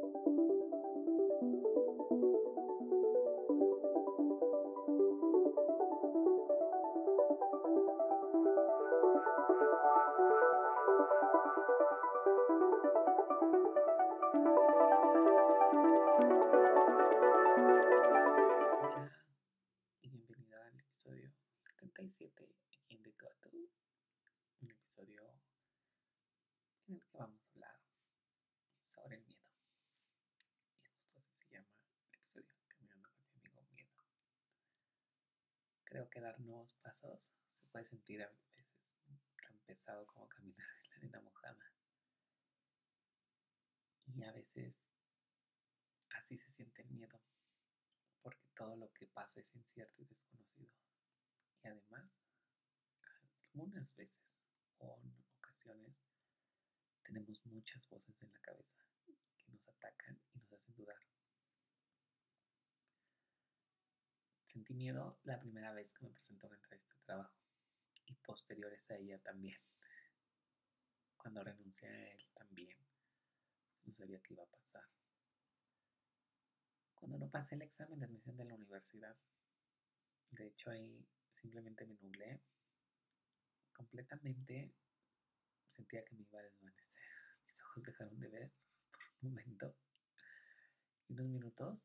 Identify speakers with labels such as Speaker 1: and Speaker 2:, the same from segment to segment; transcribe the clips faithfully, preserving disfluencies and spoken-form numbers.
Speaker 1: Hola y bienvenido al episodio setenta y siete aquí en De Tú a Tú, un episodio en el que vamos a hablar sobre el miedo. Y justo así se llama el episodio, Caminando con mi amigo Miedo. Creo que dar nuevos pasos se puede sentir a veces tan pesado como caminar en la arena mojada. Y a veces así se siente el miedo, porque todo lo que pasa es incierto y desconocido. Y además, algunas veces o en ocasiones tenemos muchas voces en la cabeza que nos atacan y nos hacen dudar. Sentí miedo la primera vez que me presenté a una entrevista de trabajo y posteriores a ella también. Cuando renuncié a él también, no sabía qué iba a pasar. Cuando no pasé el examen de admisión de la universidad, de hecho ahí simplemente me nublé completamente, sentía que me iba a desvanecer. Mis ojos dejaron de ver por un momento, unos minutos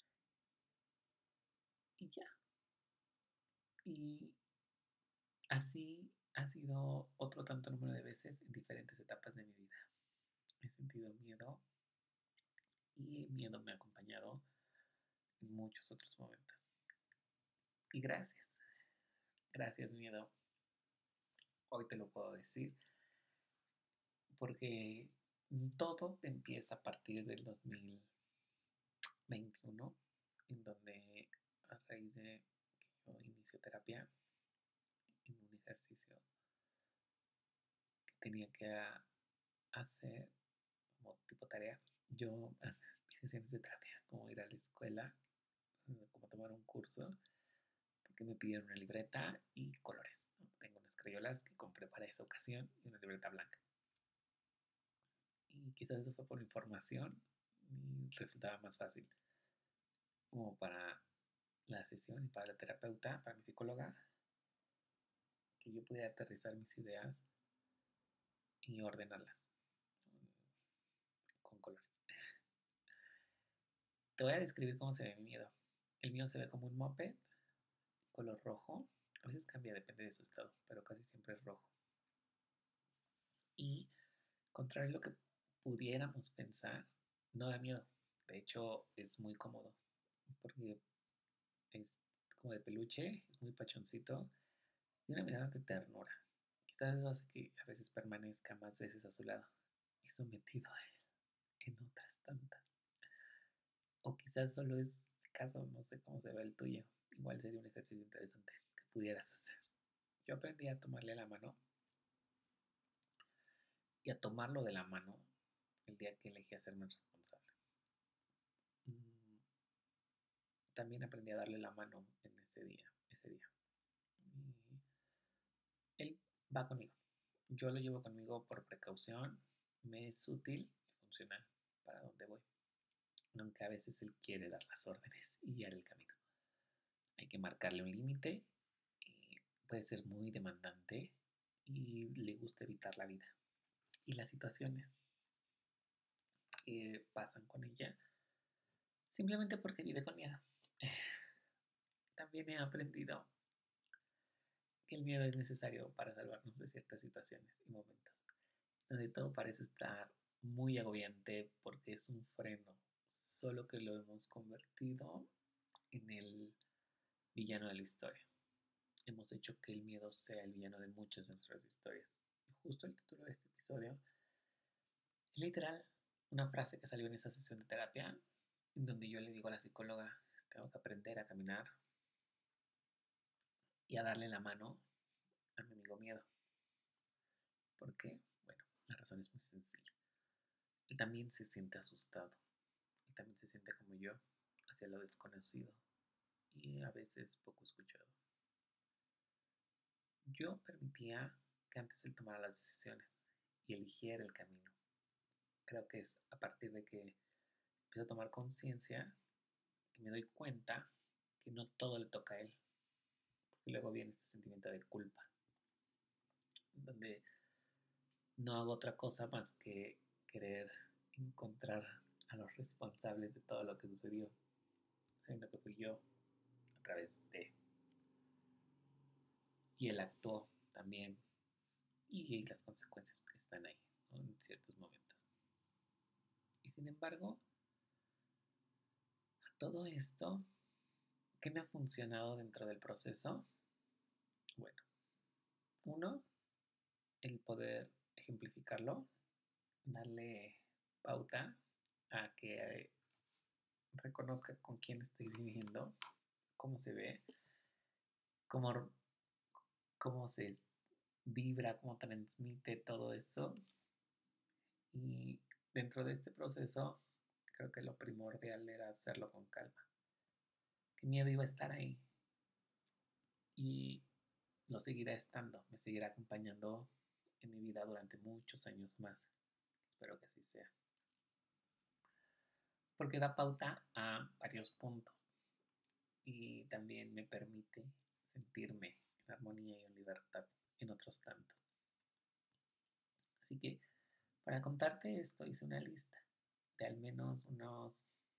Speaker 1: y ya. Y así ha sido otro tanto número de veces en diferentes etapas de mi vida. He sentido miedo y el miedo me ha acompañado en muchos otros momentos. Y gracias, gracias miedo, hoy te lo puedo decir, porque todo empieza a partir del dos mil veintiuno, en donde a raíz de que yo inicio terapia, en un ejercicio que tenía que hacer como tipo tarea, yo mis sesiones de terapia, como ir a la escuela, como tomar un curso, porque me pidieron una libreta y colores, ¿no? Tengo unas crayolas que compré para esa ocasión y una libreta blanca. Y quizás eso fue por información y resultaba más fácil como para la sesión y para la terapeuta, para mi psicóloga, que yo pudiera aterrizar mis ideas y ordenarlas con colores. Te voy a describir cómo se ve mi miedo. El mío se ve como un moped, color rojo. A veces cambia, depende de su estado, pero casi siempre es rojo. Y contrario a lo que pudiéramos pensar, no da miedo. De hecho, es muy cómodo porque es como de peluche, es muy pachoncito y una mirada de ternura. Quizás eso hace que a veces permanezca más veces a su lado y sometido a él en otras tantas. O quizás solo es de caso, no sé cómo se ve el tuyo. Igual sería un ejercicio interesante que pudieras hacer. Yo aprendí a tomarle la mano y a tomarlo de la mano el día que elegí hacerme responsable. Mm, También aprendí a darle la mano en ese día, ese día. Y él va conmigo. Yo lo llevo conmigo por precaución. Me es útil y funcional para donde voy. Aunque a veces él quiere dar las órdenes y guiar el camino. Hay que marcarle un límite. Y puede ser muy demandante y le gusta evitar la vida. Y las situaciones que pasan con ella simplemente porque vive con miedo. También he aprendido que el miedo es necesario para salvarnos de ciertas situaciones y momentos, donde todo parece estar muy agobiante porque es un freno, solo que lo hemos convertido en el villano de la historia. Hemos hecho que el miedo sea el villano de muchas de nuestras historias. Y justo el título de este episodio es literal una frase que salió en esa sesión de terapia, en donde yo le digo a la psicóloga, tengo que aprender a caminar y a darle la mano a mi amigo miedo. ¿Por qué? Bueno, la razón es muy sencilla. Él también se siente asustado. Él también se siente como yo, hacia lo desconocido y a veces poco escuchado. Yo permitía que antes él tomara las decisiones y eligiera el camino. Creo que es a partir de que empiezo a tomar conciencia, que me doy cuenta que no todo le toca a él. Y luego viene este sentimiento de culpa, donde no hago otra cosa más que querer encontrar a los responsables de todo lo que sucedió, sabiendo que fui yo a través de... Y él actuó también, y las consecuencias están ahí, ¿no? En ciertos momentos. Y sin embargo, todo esto, ¿qué me ha funcionado dentro del proceso? Bueno, uno, el poder ejemplificarlo, darle pauta a que reconozca con quién estoy viviendo, cómo se ve, cómo, cómo se vibra, cómo transmite todo eso. Y dentro de este proceso, creo que lo primordial era hacerlo con calma. Que miedo iba a estar ahí y lo seguirá estando, me seguirá acompañando en mi vida durante muchos años más. Espero que así sea. Porque da pauta a varios puntos y también me permite sentirme en armonía y en libertad en otros tantos. Así que para contarte esto hice una lista de al menos unos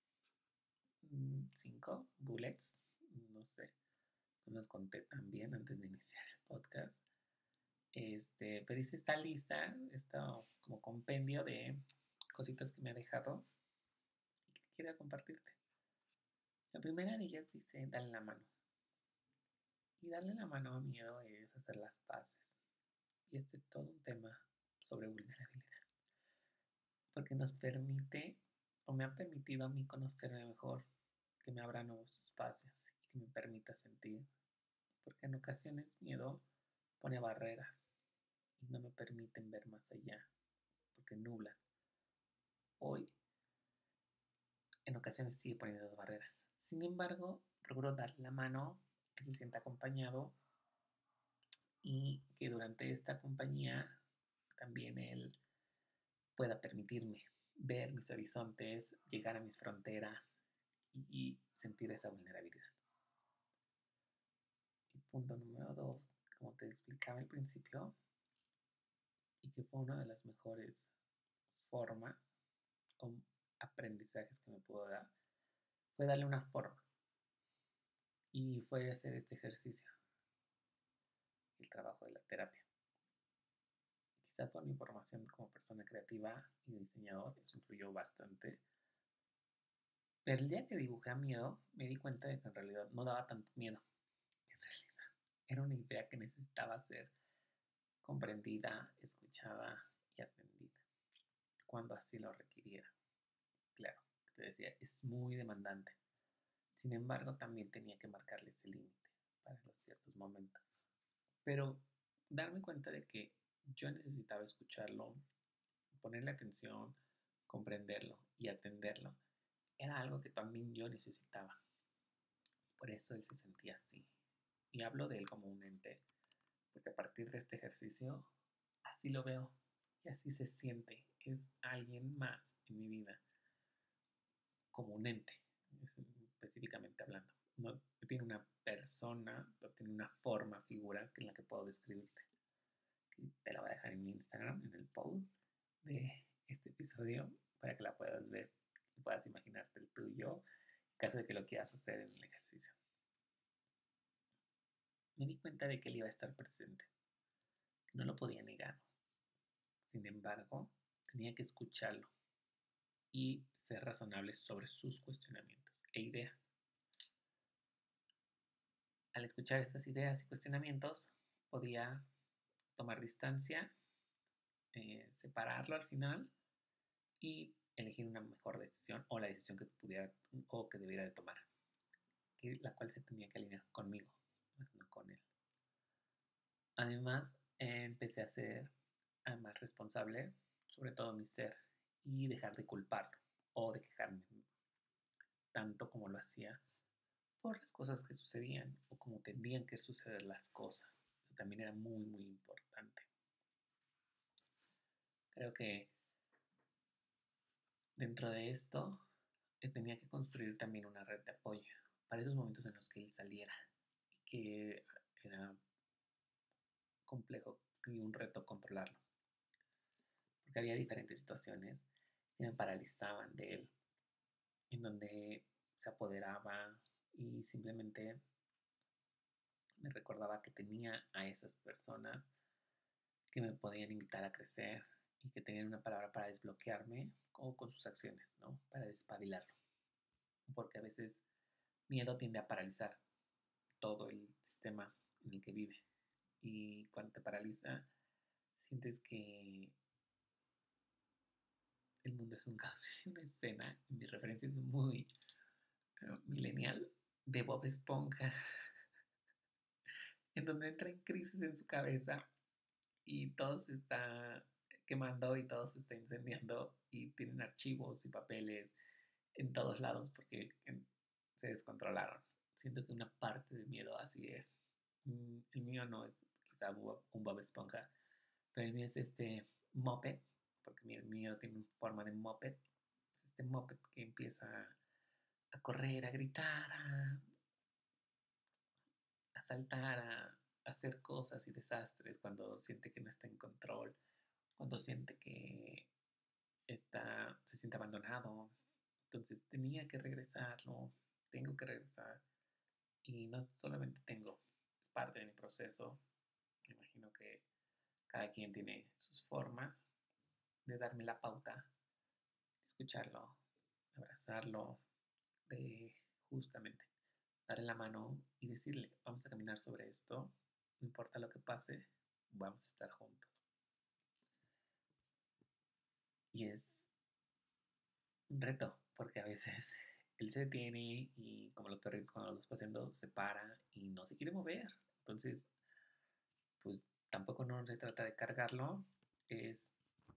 Speaker 1: cinco bullets, no sé, no los conté también antes de iniciar el podcast. Este, pero hice esta lista, esto como compendio de cositas que me ha dejado y que quería compartirte. La primera de ellas dice, dale la mano. Y darle la mano a miedo es hacer las paces. Y este es todo un tema sobre vulnerabilidad. Porque nos permite, o me ha permitido a mí conocerme mejor, que me abra nuevos espacios y que me permita sentir. Porque en ocasiones miedo pone barreras y no me permiten ver más allá, porque nubla. Hoy, en ocasiones sigue poniendo barreras. Sin embargo, procuro darle la mano, que se sienta acompañado y que durante esta compañía también él pueda permitirme ver mis horizontes, llegar a mis fronteras y sentir esa vulnerabilidad. Y punto número dos, como te explicaba al principio, y que fue una de las mejores formas o aprendizajes que me pudo dar, fue darle una forma. Y fue hacer este ejercicio, el trabajo de la terapia. Quizás por mi formación como persona creativa y diseñador, eso influyó bastante. Pero el día que dibujé a miedo, me di cuenta de que en realidad no daba tanto miedo. En realidad era una idea que necesitaba ser comprendida, escuchada y atendida, cuando así lo requiriera. Claro, te decía, es muy demandante. Sin embargo, también tenía que marcarle ese límite para los ciertos momentos. Pero darme cuenta de que yo necesitaba escucharlo, ponerle atención, comprenderlo y atenderlo, era algo que también yo necesitaba. Por eso él se sentía así. Y hablo de él como un ente, porque a partir de este ejercicio, así lo veo y así se siente. Es alguien más en mi vida, como un ente, específicamente hablando. No tiene una persona, no tiene una forma, figura en la que puedo describirte. Te la voy a dejar en mi Instagram, en el post de este episodio, para que la puedas ver y puedas imaginarte el tuyo, en caso de que lo quieras hacer en el ejercicio. Me di cuenta de que él iba a estar presente, que no lo podía negar. Sin embargo, tenía que escucharlo y ser razonable sobre sus cuestionamientos e ideas. Al escuchar estas ideas y cuestionamientos, podía tomar distancia, eh, separarlo al final y elegir una mejor decisión o la decisión que pudiera o que debiera de tomar, que, la cual se tenía que alinear conmigo, más no con él. Además, eh, empecé a ser eh, más responsable, sobre todo mi ser, y dejar de culparlo o de quejarme tanto como lo hacía por las cosas que sucedían o como tendrían que suceder las cosas. Eso también era muy, muy importante. Creo que dentro de esto eh, tenía que construir también una red de apoyo para esos momentos en los que él saliera y que era complejo y un reto controlarlo, porque había diferentes situaciones que me paralizaban de él, en donde se apoderaba y simplemente me recordaba que tenía a esas personas que me podían invitar a crecer y que tenían una palabra para desbloquearme o con sus acciones, ¿no? Para despabilarlo. Porque a veces miedo tiende a paralizar todo el sistema en el que vive. Y cuando te paraliza, sientes que el mundo es un caos. Hay una escena, mi referencia es muy uh, millennial, de Bob Esponja, en donde entra en crisis en su cabeza y todo se está quemando y todo se está incendiando y tienen archivos y papeles en todos lados porque se descontrolaron. Siento que una parte de miedo así es. Mm, El mío no es quizá un Bob Esponja, pero el mío es este moped, porque mi mío tiene forma de moped. Es este moped que empieza a correr, a gritar, a, a saltar, a, a hacer cosas y desastres cuando siente que no está en control, cuando siente que está, se siente abandonado. Entonces tenía que regresarlo, tengo que regresar. Y no solamente tengo, es parte de mi proceso. Me imagino que cada quien tiene sus formas de darme la pauta, de escucharlo, de abrazarlo, de justamente darle la mano y decirle, vamos a caminar sobre esto, no importa lo que pase, vamos a estar juntos. Y es un reto, porque a veces él se detiene y como los perritos cuando los vas paseando, se para y no se quiere mover. Entonces, pues tampoco no se trata de cargarlo, es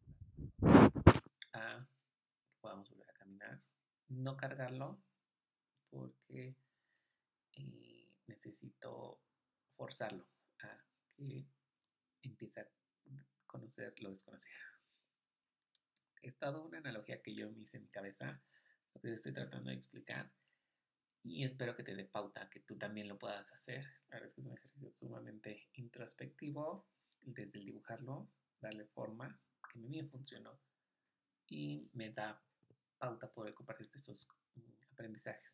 Speaker 1: a que podamos volver a caminar. No cargarlo porque eh, necesito forzarlo a que empiece a conocer lo desconocido. Es toda una analogía que yo me hice en mi cabeza, lo que estoy tratando de explicar, y espero que te dé pauta, que tú también lo puedas hacer. La verdad es que es un ejercicio sumamente introspectivo, desde el dibujarlo, darle forma, que a mí me funcionó y me da pauta poder compartirte estos mm, aprendizajes.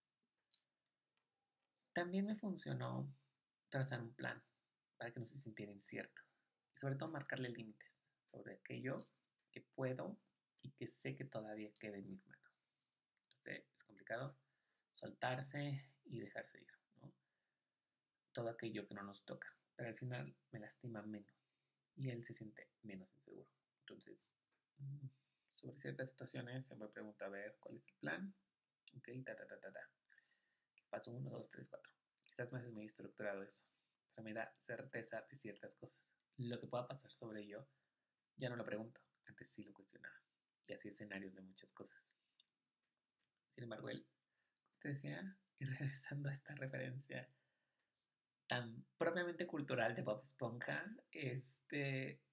Speaker 1: También me funcionó trazar un plan para que no se sintiera incierto y sobre todo marcarle límites sobre aquello que puedo y que sé que todavía queda en mis manos. Yo sé, es complicado soltarse y dejarse ir, ¿no? Todo aquello que no nos toca, pero al final me lastima menos y él se siente menos inseguro. Entonces, mm, sobre ciertas situaciones se me pregunta a ver cuál es el plan, ok, ta, ta, ta, ta, ta. Paso uno, dos, tres, cuatro. Quizás me hace muy estructurado eso, pero me da certeza de ciertas cosas. Lo que pueda pasar sobre ello, ya no lo pregunto, antes sí lo cuestionaba. Y así escenarios de muchas cosas. Sin embargo, él, como te decía, y regresando a esta referencia tan propiamente cultural de Bob Esponja, este,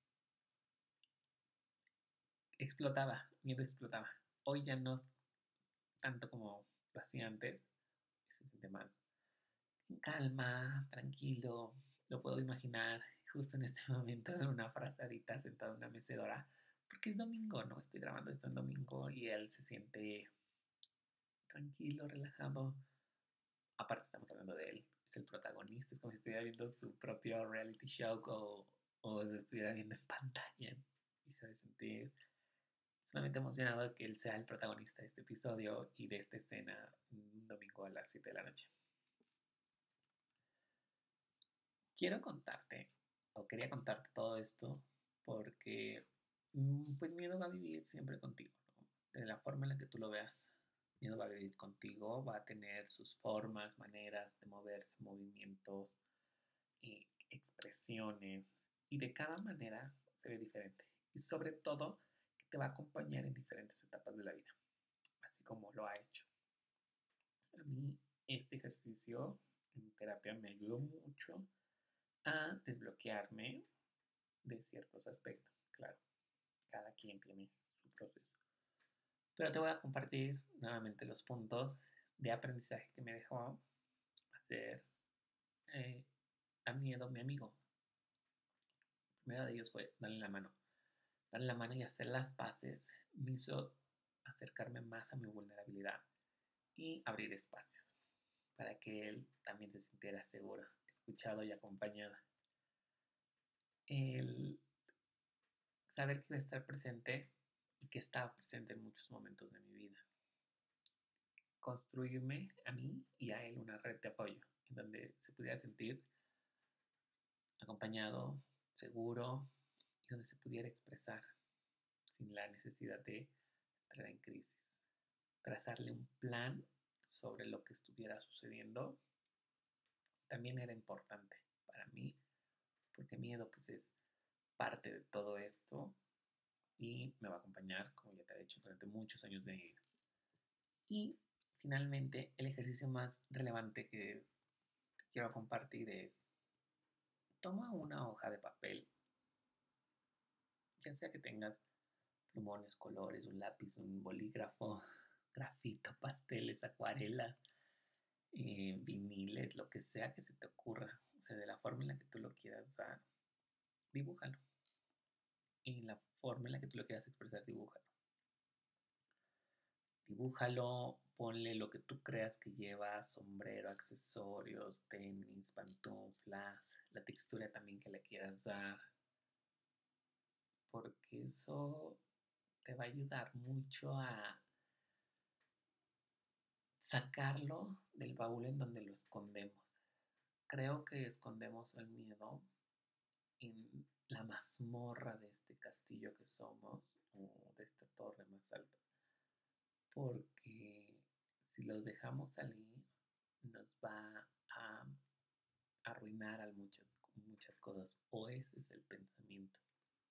Speaker 1: explotaba, miedo explotaba. Hoy ya no tanto como lo hacía antes, se siente más en calma, tranquilo, lo puedo imaginar justo en este momento en una frazadita sentado en una mecedora, porque es domingo, ¿no? Estoy grabando esto en domingo y él se siente tranquilo, relajado. Aparte estamos hablando de él, es el protagonista, es como si estuviera viendo su propio reality show o, o se estuviera viendo en pantalla y se ha de sentir sumamente emocionado de que él sea el protagonista de este episodio y de esta escena un domingo a las siete de la noche. Quiero contarte, o quería contarte todo esto, porque mm, pues miedo va a vivir siempre contigo, ¿no? De la forma en la que tú lo veas. Miedo va a vivir contigo, va a tener sus formas, maneras de moverse, movimientos, eh, expresiones, y de cada manera se ve diferente. Y sobre todo, que te va a acompañar en diferentes etapas de la vida, así como lo ha hecho. A mí este ejercicio en terapia me ayudó mucho a desbloquearme de ciertos aspectos. Claro, cada quien tiene su proceso. Pero te voy a compartir nuevamente los puntos de aprendizaje que me dejó hacer eh, a miedo mi amigo. El primero de ellos fue darle la mano. Darle la mano y hacer las paces me hizo acercarme más a mi vulnerabilidad y abrir espacios para que él también se sintiera seguro, escuchado y acompañado. El saber que iba a estar presente y que estaba presente en muchos momentos de mi vida. Construirme a mí y a él una red de apoyo en donde se pudiera sentir acompañado, seguro y donde se pudiera expresar sin la necesidad de entrar en crisis. Trazarle un plan sobre lo que estuviera sucediendo también era importante para mí, porque miedo pues es parte de todo esto y me va a acompañar, como ya te he dicho, durante muchos años de vida. Y finalmente, el ejercicio más relevante que quiero compartir es, toma una hoja de papel, ya sea que tengas plumones, colores, un lápiz, un bolígrafo, grafito, pasteles, acuarela, eh, viniles, lo que sea que se te ocurra, o sea, de la forma en la que tú lo quieras dar, dibújalo. Y la forma en la que tú lo quieras expresar, dibújalo. Dibújalo, ponle lo que tú creas que lleva, sombrero, accesorios, tenis, pantuflas, la textura también que le quieras dar, porque eso te va a ayudar mucho a sacarlo del baúl en donde lo escondemos. Creo que escondemos el miedo en la mazmorra de este castillo que somos, o de esta torre más alta, porque si los dejamos salir, nos va a arruinar a muchas, muchas cosas, o ese es el pensamiento.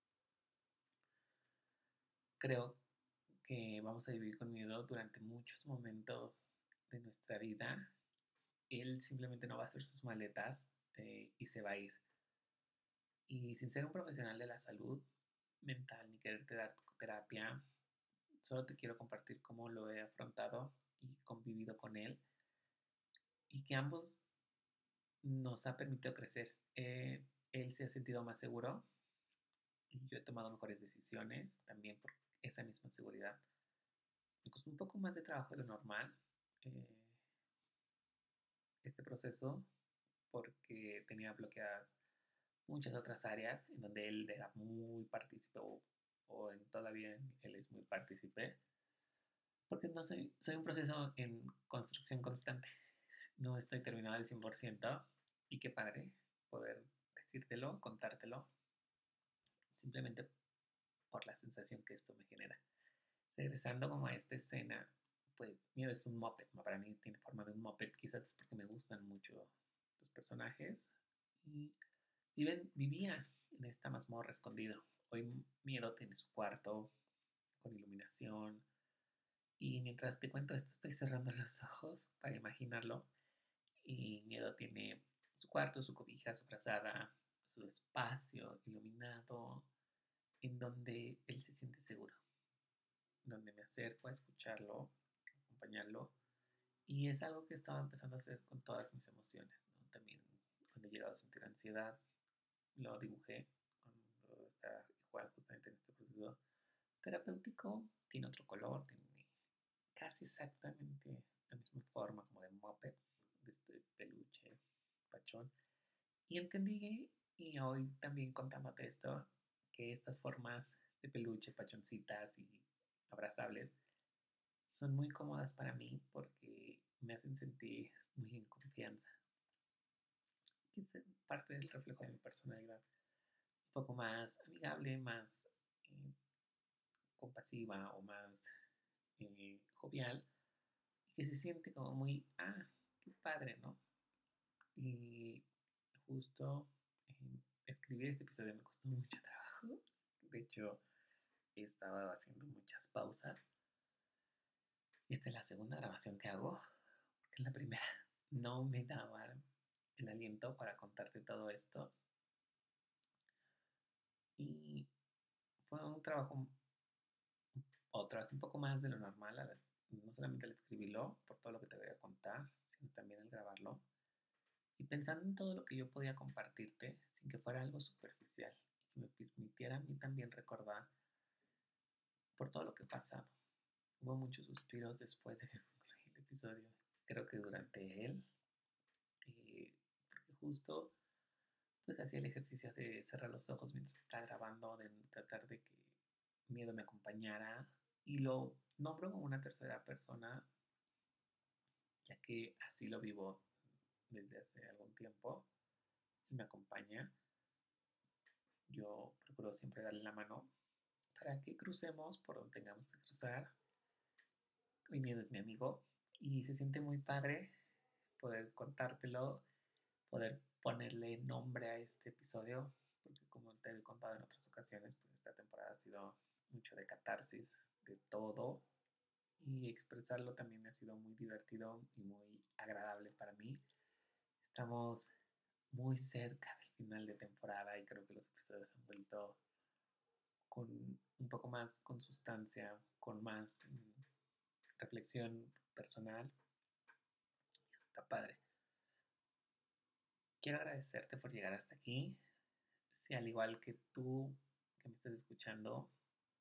Speaker 1: Creo que vamos a vivir con miedo durante muchos momentos de nuestra vida. Él simplemente no va a hacer sus maletas eh, y se va a ir. Y sin ser un profesional de la salud mental ni quererte dar terapia, solo te quiero compartir cómo lo he afrontado y convivido con él y que ambos nos ha permitido crecer. Eh, él se ha sentido más seguro y yo he tomado mejores decisiones también por esa misma seguridad. Me costó un poco más de trabajo de lo normal eh, este proceso porque tenía bloqueadas muchas otras áreas en donde él era muy partícipe o, o en, todavía él es muy partícipe porque no soy, soy un proceso en construcción constante. No estoy terminado al cien por ciento y qué padre poder decírtelo, contártelo, simplemente por la sensación que esto me genera. Regresando como a esta escena, pues Miedo es un moped, ¿no? Para mí tiene forma de un moped, quizás es porque me gustan mucho los personajes y viven, vivía en esta mazmorra escondido. Hoy Miedo tiene su cuarto con iluminación y mientras te cuento esto estoy cerrando los ojos para imaginarlo y Miedo tiene su cuarto, su cobija, su frazada, su espacio iluminado en donde él se siente seguro, donde me acerco a escucharlo, a acompañarlo y es algo que estaba empezando a hacer con todas mis emociones, ¿no? También cuando he llegado a sentir ansiedad, lo dibujé cuando está igual justamente en este proceso terapéutico, tiene otro color, tiene casi exactamente la misma forma como de moped, de este peluche, pachón. Y entendí, y hoy también contándote esto, que estas formas de peluche, pachoncitas y abrazables son muy cómodas para mí porque me hacen sentir muy en confianza. Que es parte del reflejo de mi personalidad. Un poco más amigable, más eh, compasiva o más eh, jovial. Y que se siente como muy, ah, qué padre, ¿no? Y justo eh, escribir este episodio me costó mucho trabajo. De hecho, he estado haciendo muchas pausas. Esta es la segunda grabación que hago, porque en la primera no me daba el aliento para contarte todo esto. Y fue un trabajo otra, un poco más de lo normal, al- no solamente al escribirlo, por todo lo que te voy a contar, sino también al grabarlo. Y pensando en todo lo que yo podía compartirte sin que fuera algo superficial y que me permitiera a mí también recordar por todo lo que he pasado. Hubo muchos suspiros después de que concluí el episodio, creo que durante él, eh, porque justo pues hacía el ejercicio de cerrar los ojos mientras estaba grabando, de tratar de que miedo me acompañara y lo nombro como una tercera persona, ya que así lo vivo desde hace algún tiempo y me acompaña. Yo procuro siempre darle la mano para que crucemos por donde tengamos que cruzar. Mi miedo es mi amigo y se siente muy padre poder contártelo, poder ponerle nombre a este episodio, porque como te he contado en otras ocasiones, pues esta temporada ha sido mucho de catarsis, de todo, y expresarlo también ha sido muy divertido y muy agradable para mí. Estamos muy cerca del final de temporada y creo que los episodios han vuelto con un poco más con sustancia, con más mm, reflexión personal. Eso está padre. Quiero agradecerte por llegar hasta aquí. Si al igual que tú que me estás escuchando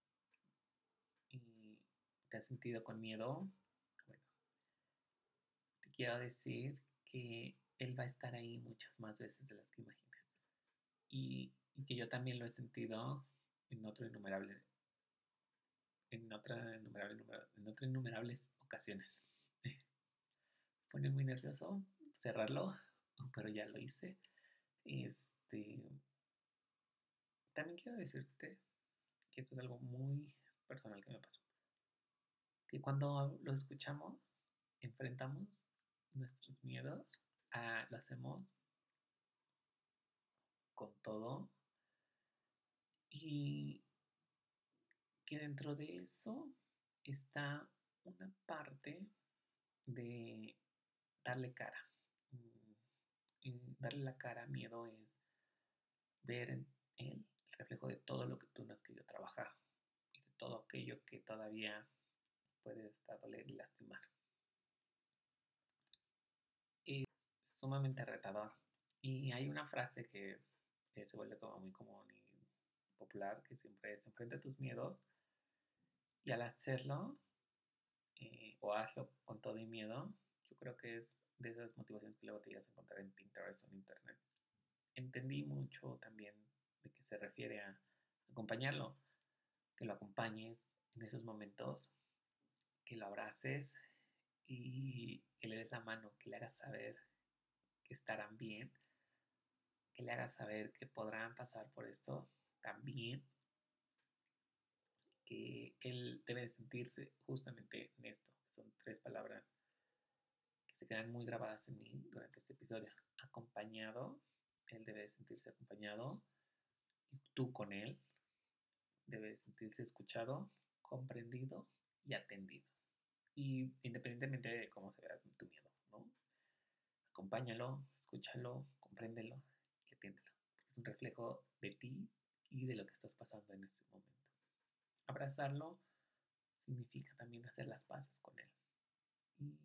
Speaker 1: y te has sentido con miedo, bueno, te quiero decir que Él va a estar ahí muchas más veces de las que imaginas. Y, y que yo también lo he sentido en otro innumerable, en otra innumerable, número- en otras innumerables ocasiones. Me pone muy nervioso cerrarlo, pero ya lo hice. Este, también quiero decirte que esto es algo muy personal que me pasó. Que cuando lo escuchamos, enfrentamos nuestros miedos, a, lo hacemos con todo y que dentro de eso está una parte de darle cara. Mm, y darle la cara a miedo es ver en él el reflejo de todo lo que tú no has querido trabajar y de todo aquello que todavía puede estar doler y lastimar. Es sumamente retador. Y hay una frase que, que se vuelve como muy común y popular, que siempre es enfrenta tus miedos y al hacerlo, eh, o hazlo con todo y miedo, yo creo que es de esas motivaciones que luego te llegas a encontrar en Pinterest o en Internet. Entendí mucho también de qué se refiere a acompañarlo, que lo acompañes en esos momentos, que lo abraces y que le des la mano, que le hagas saber que estarán bien, que le hagas saber que podrán pasar por esto también, que él debe de sentirse justamente en esto. Son tres palabras que se quedan muy grabadas en mí durante este episodio. Acompañado, él debe de sentirse acompañado y tú con él debe de sentirse escuchado, comprendido y atendido. Y independientemente de cómo se vea tu miedo, ¿no? Acompáñalo, escúchalo, compréndelo y atiéndelo. Es un reflejo de ti y de lo que estás pasando en este momento. Abrazarlo significa también hacer las paces con él. Y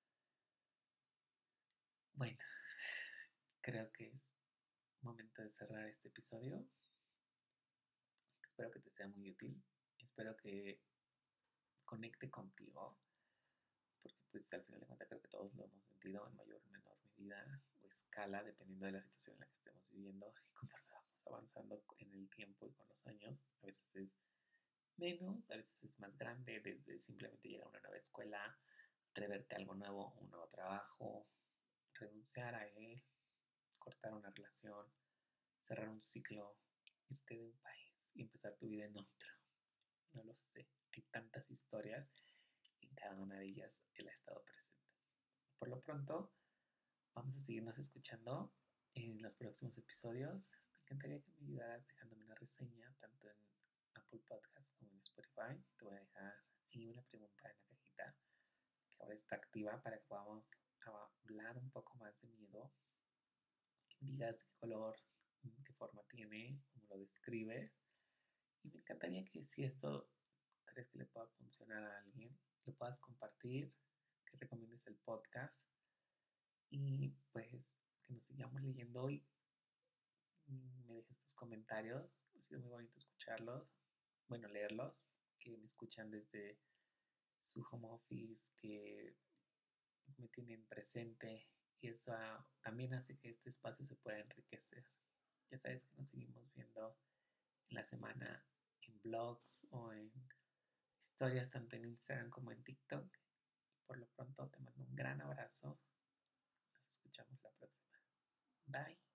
Speaker 1: bueno, creo que es momento de cerrar este episodio. Espero que te sea muy útil. Espero que conecte contigo, porque pues al final de cuentas creo que todos lo hemos sentido en mayor o menor medida o escala, dependiendo de la situación en la que estemos viviendo y conforme vamos avanzando en el tiempo y con los años. A veces es menos, a veces es más grande, desde simplemente llegar a una nueva escuela, atreverte a algo nuevo, un nuevo trabajo, renunciar a él, cortar una relación, cerrar un ciclo, irte de un país y empezar tu vida en otro. No lo sé, hay tantas historias y en cada una de ellas él ha estado presente. Por lo pronto, vamos a seguirnos escuchando en los próximos episodios. Me encantaría que me ayudaras dejándome una reseña tanto en Apple Podcast como en Spotify. Te voy a dejar ahí una pregunta en la cajita que ahora está activa para que podamos hablar un poco más de miedo, que me digas qué color, qué forma tiene, cómo lo describes. Y me encantaría que si esto crees que le pueda funcionar a alguien, lo puedas compartir, que recomiendes el podcast y pues que nos sigamos leyendo hoy. Me dejes tus comentarios, ha sido muy bonito escucharlos, bueno, leerlos, que me escuchan desde su home office, que me tienen presente y eso ah, también hace que este espacio se pueda enriquecer. Ya sabes que nos seguimos viendo en la semana en blogs o en historias tanto en Instagram como en TikTok. Por lo pronto te mando un gran abrazo. Nos escuchamos la próxima. Bye.